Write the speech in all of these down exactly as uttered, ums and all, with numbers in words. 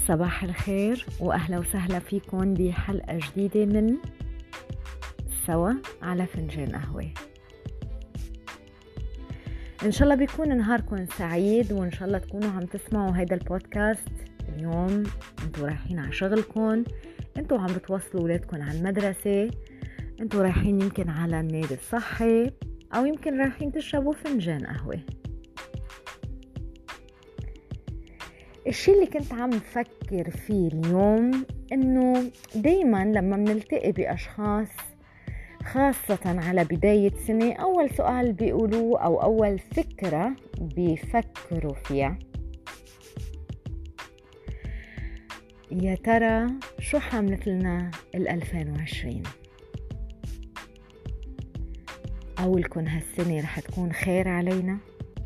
صباح الخير وأهلا وسهلا فيكم بحلقة جديدة من سوا على فنجان قهوة. إن شاء الله بيكون نهاركم سعيد، وإن شاء الله تكونوا عم تسمعوا هيدا البودكاست اليوم انتوا رايحين على شغلكم، انتوا عم بتوصلوا ولادكم على المدرسة، انتوا رايحين يمكن على النادي الصحي، أو يمكن رايحين تشربوا فنجان قهوة. الشيء اللي كنت عم فكر فيه اليوم إنه دايما لما بنلتقي بأشخاص خاصة على بداية سنة، أول سؤال بيقولوه أو أول فكرة بيفكروا فيها: يا ترى شو حاملت لنا الألفين وعشرين؟ أولكن هالسنة رح تكون خير علينا؟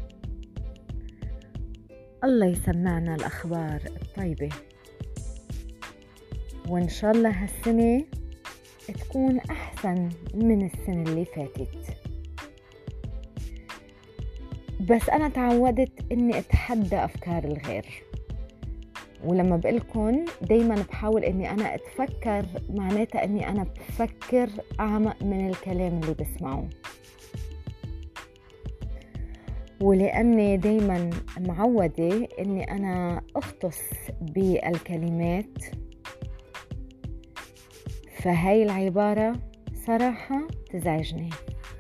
الله يسمعنا الأخبار الطيبة، وإن شاء الله هالسنة تكون أحسن من السنة اللي فاتت. بس أنا تعودت إني أتحدى أفكار الغير، ولما بقلكن دايما بحاول إني أنا أتفكر، معناتها إني أنا بفكر أعمق من الكلام اللي بسمعه، ولأني دايما معودة إني أنا أختص بالكلمات، فهاي العبارة صراحة تزعجني.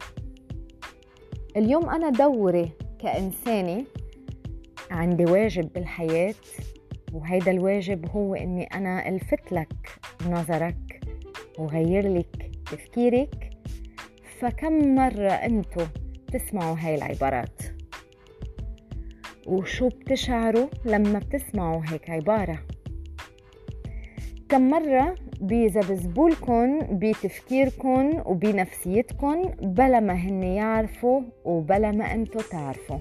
اليوم أنا دوري كإنسانة عندي واجب بالحياة، وهيدا الواجب هو إني أنا ألفت لك نظرك وغير لك تفكيرك. فكم مرة أنتوا تسمعوا هاي العبارات؟ وشو بتشعروا لما بتسمعوا هيك عبارة؟ كم مرة بيزبزبولكن بتفكيركن وبنفسيتكن بلا ما هن يعرفوا وبلا ما انتوا تعرفوا؟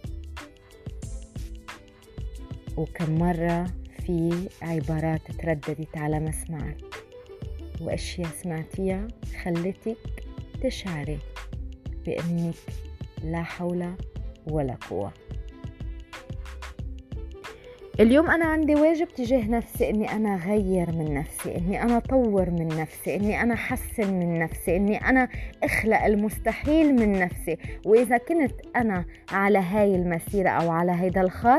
وكم مرة في عبارات ترددت على مسمعك واشياء سمعتيها خلتك تشعري بانك لا حول ولا قوة. اليوم أنا عندي واجب تجاه نفسي، إني أنا أغير من نفسي، إني أنا أطور من نفسي، إني أنا أحسن من نفسي، إني أنا أخلق المستحيل من نفسي. وإذا كنت أنا على هاي المسيرة أو على هيدا الخط،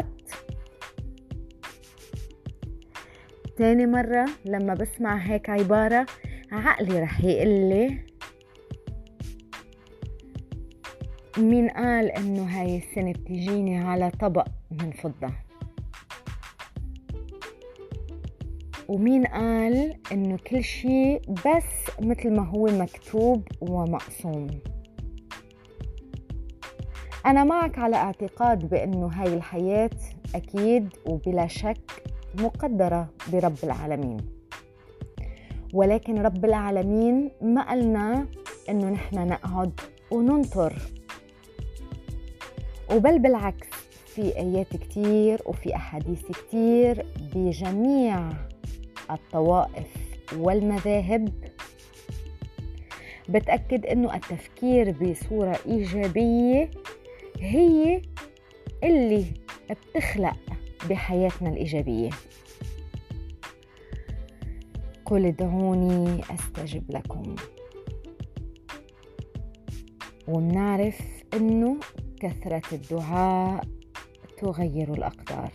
تاني مرة لما بسمع هيك عبارة عقلي رح يقلي: مين قال إنه هاي السنة بتجيني على طبق من فضة؟ ومين قال إنه كل شيء بس مثل ما هو مكتوب ومقسوم؟ أنا معك على اعتقاد بأنه هاي الحياة أكيد وبلا شك مقدرة برب العالمين، ولكن رب العالمين ما قلنا إنه نحن نقعد وننطر، وبل بالعكس في آيات كتير وفي أحاديث كتير بجميع الطوائف والمذاهب بتأكد إنه التفكير بصورة إيجابية هي اللي بتخلق بحياتنا الإيجابية. قل ادعوني أستجب لكم. ومنعرف إنه كثرة الدعاء تغير الأقدار.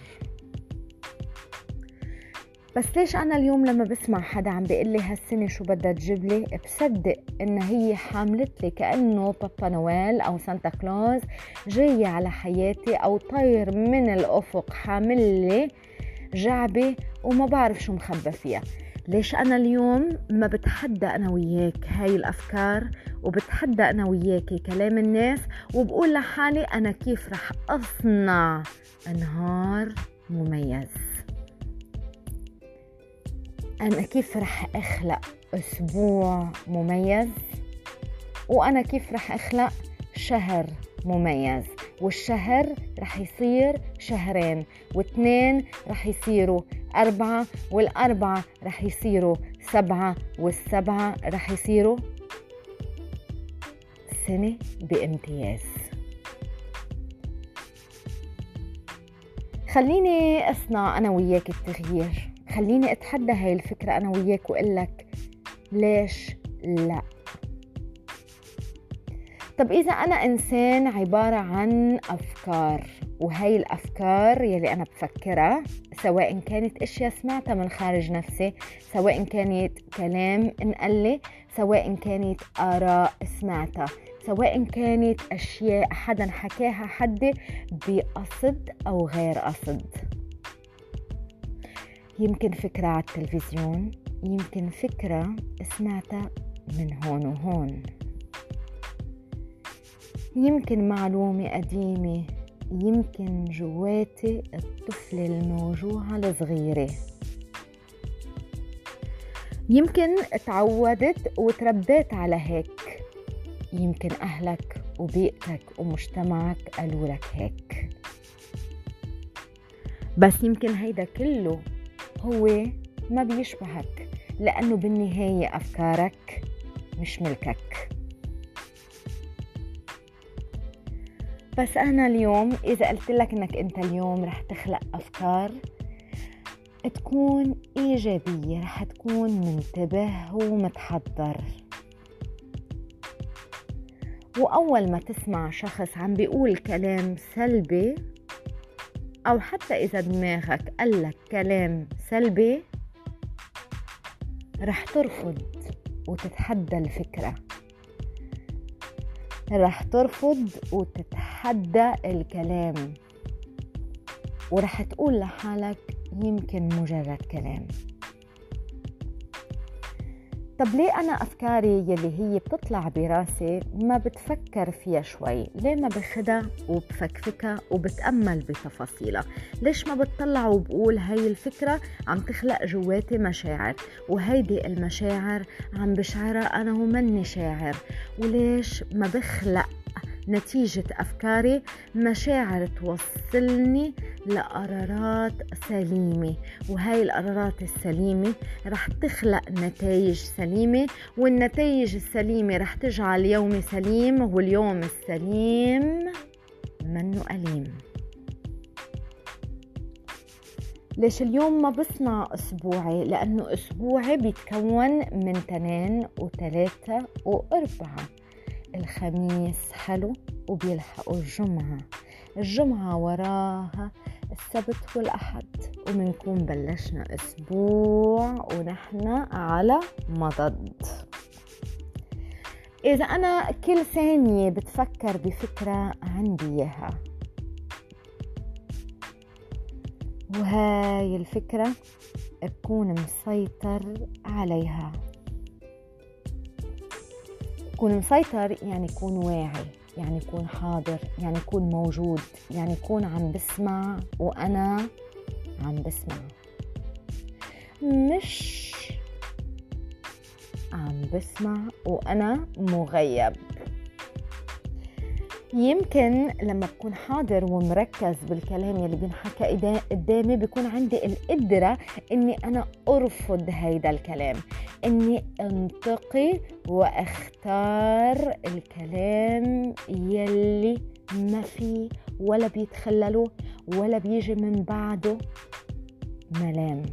بس ليش أنا اليوم لما بسمع حدا عم بيقول لي هالسنة شو بدها تجيب لي، بصدق إن هي حاملت لي كأنه بابا نويل أو سانتا كلوز جاية على حياتي، أو طير من الأفق حامل لي جعبة وما بعرف شو مخبى فيها. ليش أنا اليوم ما بتحدى أنا وياك هاي الأفكار، وبتحدى أنا وياك كلام الناس، وبقول لحالي أنا كيف رح أصنع نهار مميز، أنا كيف رح أخلق أسبوع مميز، وأنا كيف رح أخلق شهر مميز، والشهر رح يصير شهرين، واثنين رح يصيروا أربعة، والأربعة رح يصيروا سبعة، والسبعة رح يصيروا سنة بامتياز. خليني أصنع أنا وياك التغيير، خليني أتحدى هاي الفكرة أنا وياك وقلك ليش لا. طب إذا أنا إنسان عبارة عن أفكار، وهاي الأفكار يلي أنا بفكرها سواء كانت أشياء سمعتها من خارج نفسي، سواء كانت كلام انقلي، سواء كانت آراء سمعتها، سواء كانت أشياء حدا حكاها حد بقصد أو غير قصد، يمكن فكرة على التلفزيون، يمكن فكرة سمعتها من هون وهون، يمكن معلومة قديمة، يمكن جواتي الطفلة الموجوعة الصغيرة، يمكن تعودت وتربيت على هيك، يمكن أهلك وبيئتك ومجتمعك قالوا لك هيك. بس يمكن هيدا كله هو ما بيشبهك، لأنه بالنهاية أفكارك مش ملكك. بس أنا اليوم إذا قلت لك إنك أنت اليوم رح تخلق أفكار تكون إيجابية، رح تكون منتبه ومتحضر، وأول ما تسمع شخص عم بيقول كلام سلبي، أو حتى إذا دماغك قالك كلام سلبي، رح ترفض وتتحدى الفكرة، رح ترفض وتتحدى الكلام، ورح تقول لحالك يمكن مجرد كلام. طب ليه أنا أفكاري يلي هي بتطلع براسي ما بتفكر فيها شوي؟ ليه ما بخدها وبفكفكها وبتأمل بتفاصيلها؟ ليش ما بتطلع وبقول هاي الفكرة عم تخلق جواتي مشاعر، وهيدي المشاعر عم بشعرها أنا ومني شاعر؟ وليش ما بخلق نتيجة أفكاري مشاعر توصلني لقرارات سليمة، وهاي القرارات السليمة رح تخلق نتائج سليمة، والنتائج السليمة رح تجعل يومي سليم، واليوم السليم منه أليم. ليش اليوم ما بصنع أسبوعي؟ لأنه أسبوعي بيتكون من تنين وثلاثة وأربعة. الخميس حلو وبيلحقوا الجمعة، الجمعة وراها السبت والأحد، ومنكون بلشنا أسبوع ونحن على مضض. إذا أنا كل ثانية بتفكر بفكرة عندي إياها، وهاي الفكرة بكون مسيطر عليها. كون مسيطر يعني يكون واعي، يعني يكون حاضر، يعني يكون موجود، يعني يكون عم بسمع وأنا عم بسمع، مش عم بسمع وأنا مغيب. يمكن لما بكون حاضر ومركز بالكلام يلي بينحكى قدامي بيكون عندي القدرة اني انا ارفض هيدا الكلام، اني انتقي واختار الكلام يلي ما في ولا بيتخلله ولا بيجي من بعده ملام.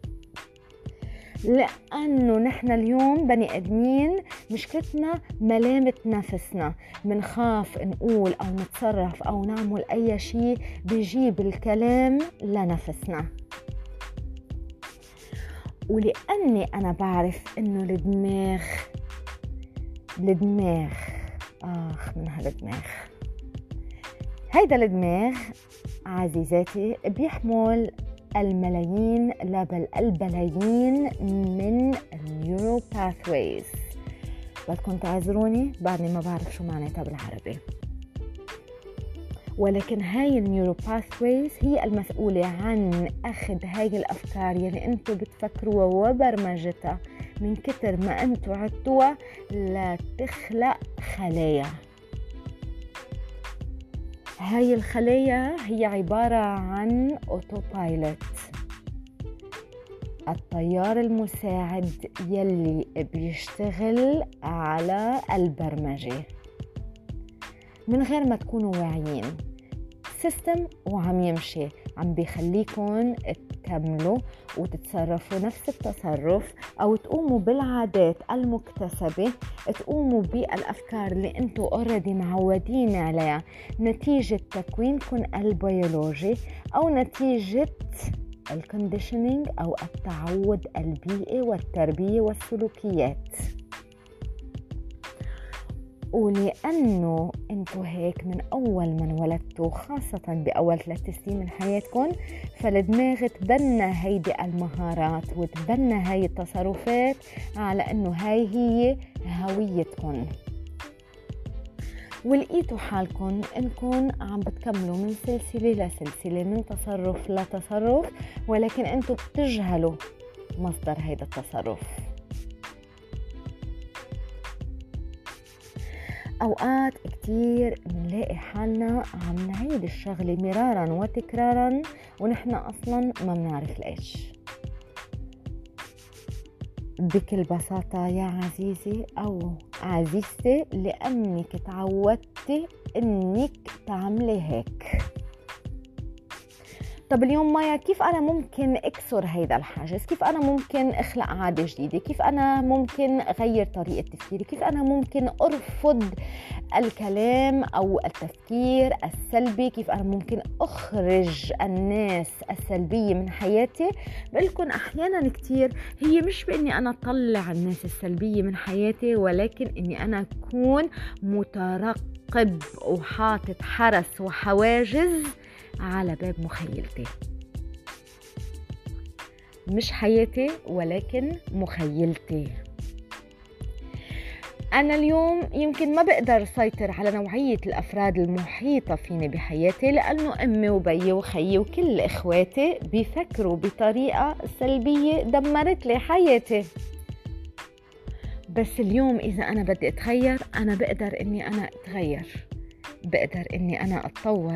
لأنه نحن اليوم بني أدمين مشكلتنا ملامة نفسنا، منخاف نقول أو نتصرف أو نعمل أي شيء بيجيب الكلام لنفسنا. ولأني أنا بعرف إنه الدماغ الدماغ آخ من هالدماغ هيدا الدماغ عزيزاتي بيحمل الملايين لا بل البلايين من النيورو باثويز. بدكم تعذروني بعدني ما بعرف شو معناتها بالعربي، ولكن هاي النيورو باثويز هي المسؤولة عن أخذ هاي الأفكار يلي أنتوا بتفكروها وبرمجتها من كتر ما أنتوا عدتوها لتخلق خلايا. هاي الخلايا هي عبارة عن أوتوبايلوت، الطيار المساعد يلي بيشتغل على البرمجة من غير ما تكونوا واعيين. سيستم وعم يمشي، عم بيخليكم تكملوا وتتصرفوا نفس التصرف أو تقوموا بالعادات المكتسبة، تقوموا بالأفكار اللي انتوا already معودين عليها نتيجة تكوينكم البيولوجي أو نتيجة الكونديشنينج أو التعود البيئي والتربية والسلوكيات. ولأنه انتوا هيك من أول من انولدتوا، خاصة بأول ثلاث سنين من حياتكم، فالدماغ تبنى هيدي المهارات وتبنى هاي التصرفات على أنه هاي هي هويتكم. ولقيتوا حالكم انكم عم بتكملوا من سلسلة لسلسلة، من تصرف لتصرف، ولكن انتوا بتجهلوا مصدر هيدا التصرف. أوقات كتير منلاقي حالنا عم نعيد الشغلة مرارا وتكرارا ونحن أصلا ما بنعرف ليش. بكل بساطة يا عزيزي أو عزيزتي، لأنك تعودتي أنك تعملي هيك. طب اليوم مايا، كيف أنا ممكن أكسر هيدا الحاجز؟ كيف أنا ممكن أخلق عادة جديدة؟ كيف أنا ممكن أغير طريقة تفكيري؟ كيف أنا ممكن أرفض الكلام أو التفكير السلبي؟ كيف أنا ممكن أخرج الناس السلبية من حياتي؟ بقولكم أحيانا كتير هي مش بإني أنا أطلع الناس السلبية من حياتي، ولكن إني أنا أكون مترقب وحاطط حرس وحواجز على باب مخيلتي. مش حياتي ولكن مخيلتي. أنا اليوم يمكن ما بقدر سيطر على نوعية الأفراد المحيطة فيني بحياتي، لأنه أمي وبيي وخيي وكل إخواتي بيفكروا بطريقة سلبية دمرت لي حياتي. بس اليوم إذا أنا بدي أتغير، أنا بقدر إني أنا أتغير، بقدر إني أنا أتطور،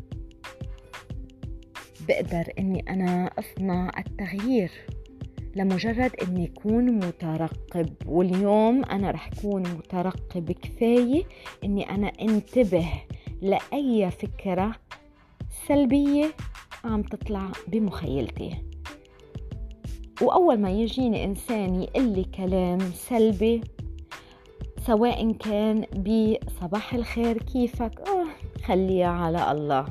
بقدر إني أنا أصنع التغيير لمجرد إني أكون مترقب. واليوم أنا رح أكون مترقب كفاية إني أنا انتبه لأي فكرة سلبية عم تطلع بمخيلتي. وأول ما يجيني إنسان يقلي كلام سلبي، سواء كان بصباح الخير كيفك، آه خليها على الله،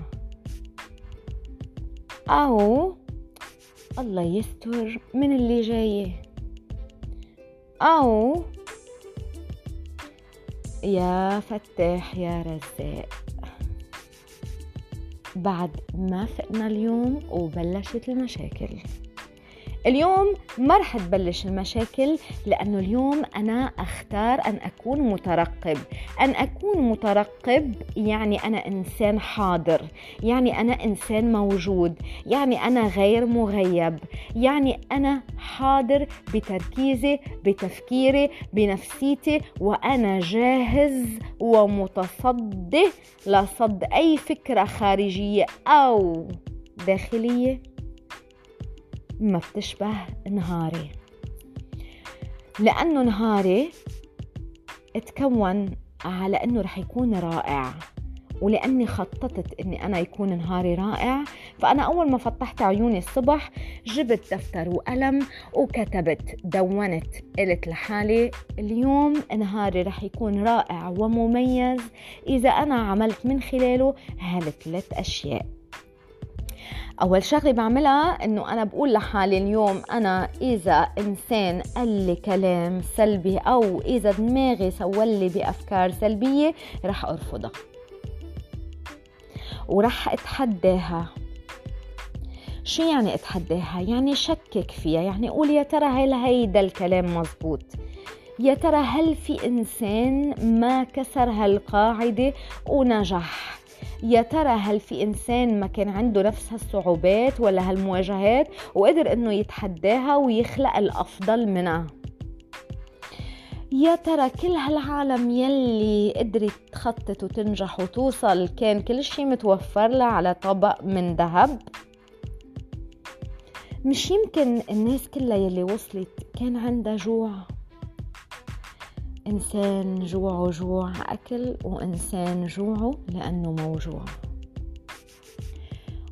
أو الله يستر من اللي جاي، أو يا فتاح يا رزاق، بعد ما فقنا اليوم وبلشت المشاكل. اليوم ما رح تبلش المشاكل، لأنه اليوم أنا أختار أن أكون مترقب. أن أكون مترقب يعني أنا إنسان حاضر، يعني أنا إنسان موجود، يعني أنا غير مغيب، يعني أنا حاضر بتركيزي، بتفكيري، بنفسيتي، وأنا جاهز ومتصدي لصد أي فكرة خارجية أو داخلية ما بتشبه نهاري. لأنه نهاري اتكون على أنه رح يكون رائع، ولأني خططت أني أنا يكون نهاري رائع، فأنا أول ما فتحت عيوني الصبح جبت دفتر وقلم وكتبت، دونت، قلت لحالي اليوم نهاري رح يكون رائع ومميز إذا أنا عملت من خلاله هالثلاث أشياء. أول شغلة بعملها إنه أنا بقول لحالي اليوم أنا إذا إنسان قال لي كلام سلبي أو إذا دماغي سولي بأفكار سلبية رح أرفضها ورح أتحداها. شو يعني أتحداها؟ يعني شكك فيها، يعني أقول يا ترى هل هيدا الكلام مزبوط؟ يا ترى هل في إنسان ما كسر هالقاعدة ونجح؟ يا ترى هل في إنسان ما كان عنده نفس هالصعوبات ولا هالمواجهات وقدر إنه يتحداها ويخلق الأفضل منها؟ يا ترى كل هالعالم يلي قدرت تخطط وتنجح وتوصل كان كل شيء متوفر لها على طبق من ذهب؟ مش يمكن الناس كلها يلي وصلت كان عندها جوع؟ إنسان جوعه جوع أكل، وإنسان جوعه لأنه موجوع.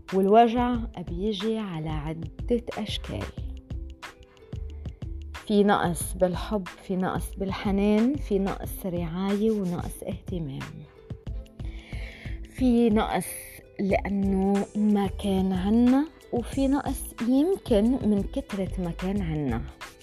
والوجع بيجي على عدة أشكال. في نقص بالحب، في نقص بالحنان، في نقص رعاية ونقص اهتمام، في نقص لأنه ما كان عنا، وفي نقص يمكن من كثرة ما كان عنا.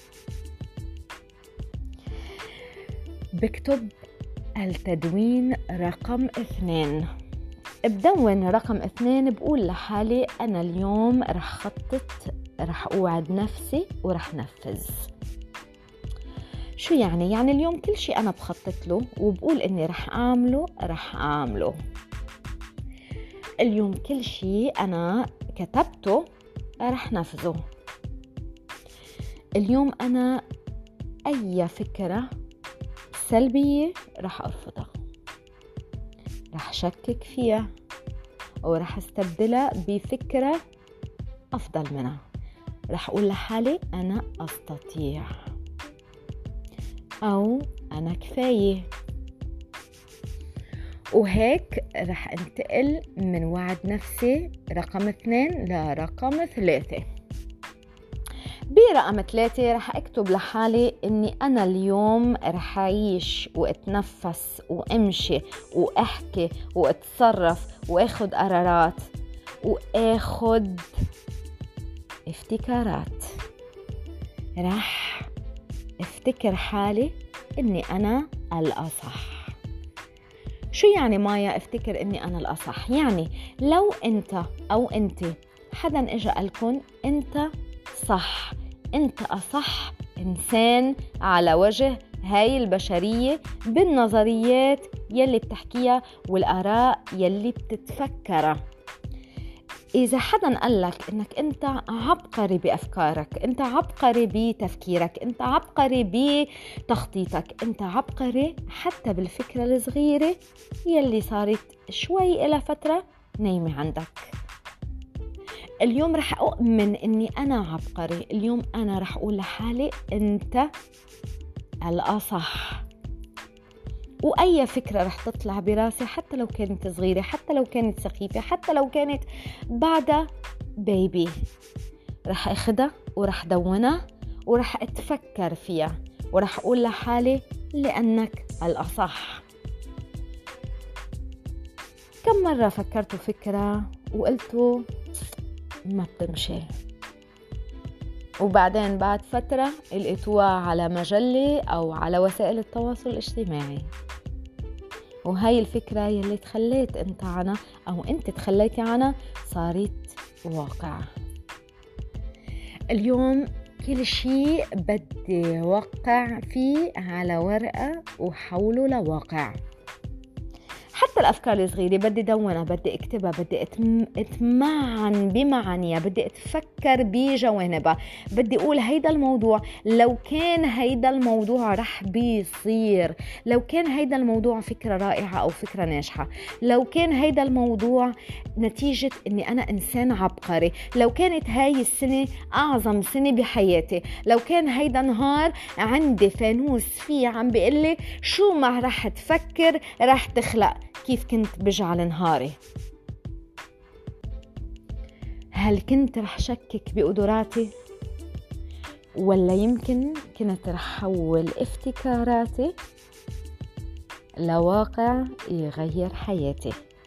بكتب التدوين رقم اثنين. بدون رقم اثنين بقول لحالي أنا اليوم رح خطط، رح أوعد نفسي ورح نفذ. شو يعني؟ يعني اليوم كل شيء أنا بخطط له وبقول إني رح أعمله رح أعمله. اليوم كل شيء أنا كتبته رح نفذه. اليوم أنا أي فكرة سلبية رح أرفضها، رح شكك فيها ورح استبدلها بفكرة أفضل منها. رح أقول لحالي أنا أستطيع، أو أنا كفاية. وهيك رح انتقل من وعد نفسي رقم اثنين لرقم ثلاثة. برقم ثلاثة رح اكتب لحالي اني انا اليوم رح اعيش واتنفس وامشي واحكي واتصرف واخد قرارات واخد افتكارات. رح افتكر حالي اني انا الاصح. شو يعني مايا افتكر اني انا الاصح؟ يعني لو انت او انت حدا اجا قالكن انت صح، انت اصح انسان على وجه هاي البشرية بالنظريات يلي بتحكيها والآراء يلي بتتفكرها. إذا حدا قالك إنك أنت عبقري بأفكارك، أنت عبقري بتفكيرك، أنت عبقري بتخطيطك، أنت عبقري حتى بالفكرة الصغيرة يلي صارت شوي إلى فترة نايمة عندك، اليوم رح أؤمن إني أنا عبقري. اليوم أنا رح أقول لحالي أنت الأصح. وأي فكرة رح تطلع براسي حتى لو كانت صغيرة، حتى لو كانت سخيفة، حتى لو كانت بعدها بيبي، رح أخدها ورح دونها ورح أتفكر فيها ورح أقول لحالي لأنك الأصح. كم مرة فكرتوا فكرة وقلتوا ما بتمشي، وبعدين بعد فترة لقيتوها على مجلة أو على وسائل التواصل الاجتماعي، وهاي الفكرة يلي تخليت انت عنها أو انت تخليتي عنها صارت واقع. اليوم كل شيء بدي وقع فيه على ورقة وحوله لواقع. حتى الأفكار الصغيرة بدي دونها، بدي اكتبها، بدي اتمعن بمعانيها، بدي اتفكر بجوانبها، بدي اقول هيدا الموضوع لو كان هيدا الموضوع رح بيصير، لو كان هيدا الموضوع فكرة رائعة او فكرة ناجحة، لو كان هيدا الموضوع نتيجة اني انا انسان عبقري، لو كانت هاي السنة اعظم سنة بحياتي، لو كان هيدا نهار عندي فانوس فيه عم بيقلي شو ما رح تفكر رح تخلق، كيف كنت بجعل نهاري. هل كنت رح شكك بقدراتي، ولا يمكن كنت رح حول افتكاراتي لواقع يغير حياتي؟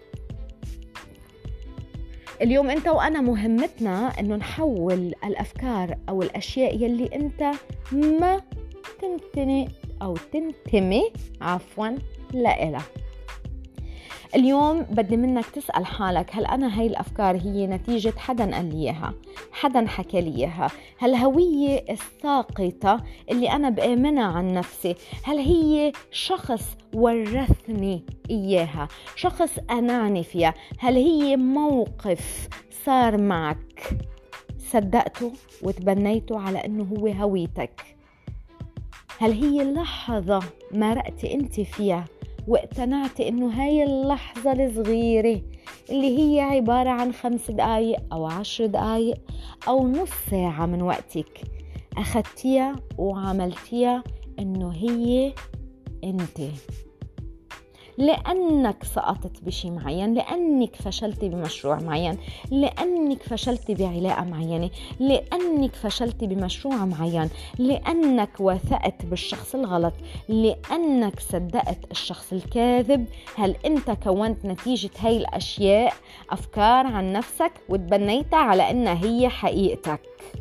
اليوم انت وانا مهمتنا انه نحول الافكار او الاشياء يلي انت ما تنتمي او تنتمي عفوا لإلها. اليوم بدي منك تسأل حالك هل أنا هاي الأفكار هي نتيجة حدا قال لي إياها، حدا حكى لي إياها؟ هل هوية الساقطة اللي أنا بآمنها عن نفسي، هل هي شخص ورثني إياها، شخص أنعني فيها، هل هي موقف صار معك صدقته وتبنيته على أنه هو هويتك؟ هل هي لحظة مرقتي أنت فيها واقتنعت انه هاي اللحظة الصغيرة اللي هي عبارة عن خمس دقايق او عشر دقايق او نص ساعة من وقتك اخدتيها وعملتيها انه هي انت؟ لأنك سقطت بشي معين، لأنك فشلت بمشروع معين، لأنك فشلت بعلاقة معينة، لأنك فشلت بمشروع معين، لأنك وثقت بالشخص الغلط، لأنك صدقت الشخص الكاذب. هل أنت كونت نتيجة هاي الأشياء أفكار عن نفسك وتبنيتها على أنها هي حقيقتك،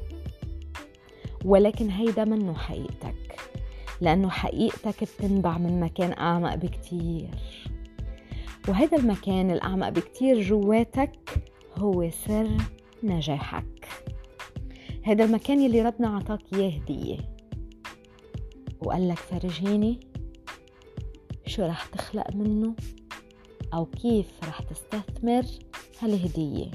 ولكن هيدا منه حقيقتك، لأنه حقيقتك بتنبع من مكان أعمق بكتير. وهذا المكان الأعمق بكتير جواتك هو سر نجاحك. هذا المكان يلي ربنا عطاك إياه هدية وقال لك فرجيني شو رح تخلق منه أو كيف رح تستثمر هالهدية.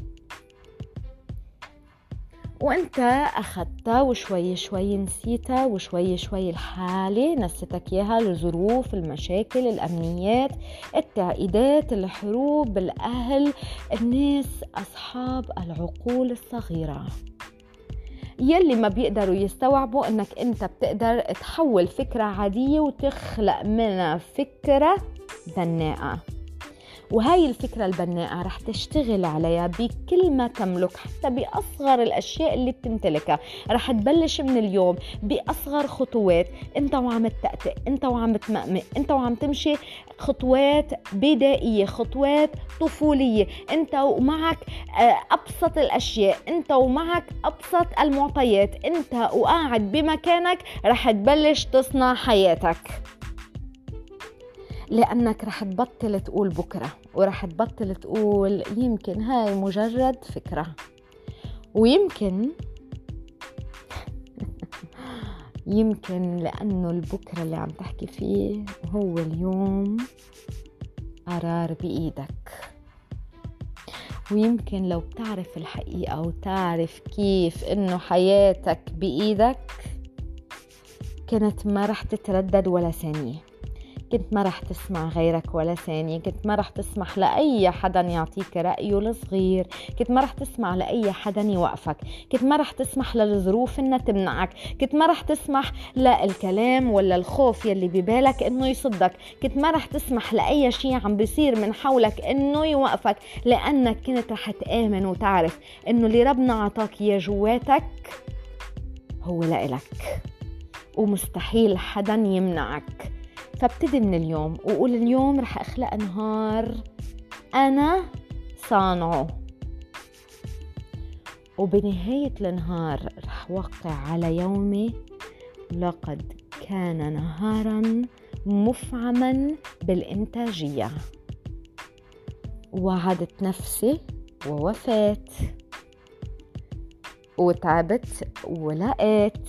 وانت اخذتها وشوي شوي نسيتها، وشوي شوي الحالة نستك اياها، الظروف، المشاكل، الامنيات، التعقيدات، الحروب، الاهل، الناس اصحاب العقول الصغيرة يلي ما بيقدروا يستوعبوا انك انت بتقدر تحول فكرة عادية وتخلق منها فكرة بناءة. وهاي الفكرة البناءة رح تشتغل عليها بكل ما تملك، حتى بأصغر الأشياء اللي بتمتلكها. رح تبلش من اليوم بأصغر خطوات، انت وعم تتأتئ، انت وعم تمأمئ، انت وعم تمشي خطوات بدائية، خطوات طفولية، انت ومعك أبسط الأشياء، انت ومعك أبسط المعطيات، انت وقاعد بمكانك رح تبلش تصنع حياتك. لأنك رح تبطل تقول بكرة، ورح تبطل تقول يمكن هاي مجرد فكرة، ويمكن يمكن لأنه البكرة اللي عم تحكي فيه هو اليوم قرار بإيدك. ويمكن لو بتعرف الحقيقة وتعرف كيف إنه حياتك بإيدك كنت ما رح تتردد ولا ثانية، كنت ما رح تسمع غيرك ولا ثانية، كنت ما رح تسمح لأي حدا يعطيك رأيه الصغير، كنت ما رح تسمع لأي حدا يوقفك، كنت ما رح تسمح للظروف إنها تمنعك، كنت ما رح تسمح للكلام ولا الخوف يلي ببالك إنه يصدك، كنت ما رح تسمح لأي شيء عم بيصير من حولك إنه يوقفك، لأنك كنت رح تآمن وتعرف إنه اللي ربنا عطاك إياه جواتك هو لإلك ومستحيل حدا يمنعك. فابتدي من اليوم وقول اليوم رح أخلق نهار أنا صانعه، وبنهاية النهار رح وقع على يومي لقد كان نهارا مفعما بالإنتاجية. وعدت نفسي ووفات وتعبت ولقيت.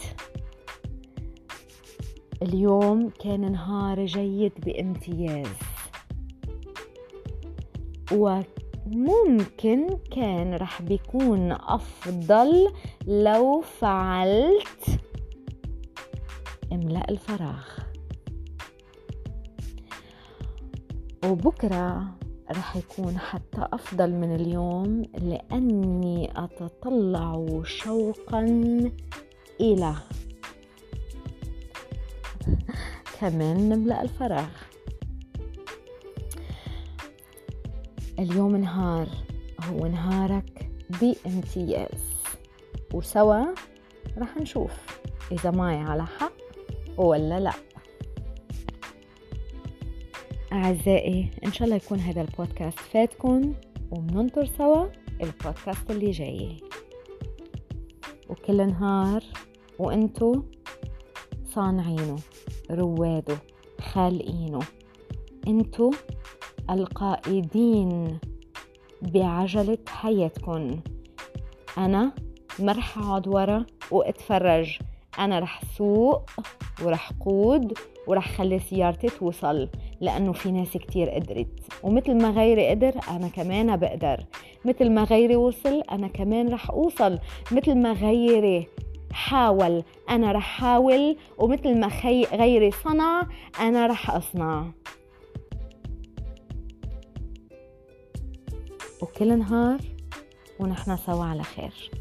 اليوم كان نهار جيد بامتياز، وممكن كان رح بيكون أفضل لو فعلت املأ الفراغ. وبكرة رح يكون حتى أفضل من اليوم، لأني أتطلع شوقا إلى كمان نملأ الفراغ. اليوم نهار هو نهارك بامتياز، وسوا رح نشوف إذا معي على حق ولا لا. أعزائي، إن شاء الله يكون هذا البودكاست فاتكم، ومننطر سوا البودكاست اللي جاي. وكل نهار وإنتو صانعينه، رواده، خالقينه، انتو القائدين بعجلة حياتكم. انا ما رح اقعد ورا واتفرج، انا رح سوق ورح قود ورح خلي سيارتي توصل، لانه في ناس كتير قدرت، ومثل ما غيري قدر انا كمان بقدر، مثل ما غيري وصل انا كمان رح اوصل، مثل ما غيري حاول أنا رح حاول، ومثل ما خي... غيري صنع أنا رح أصنع. وكل نهار ونحن سوا على خير.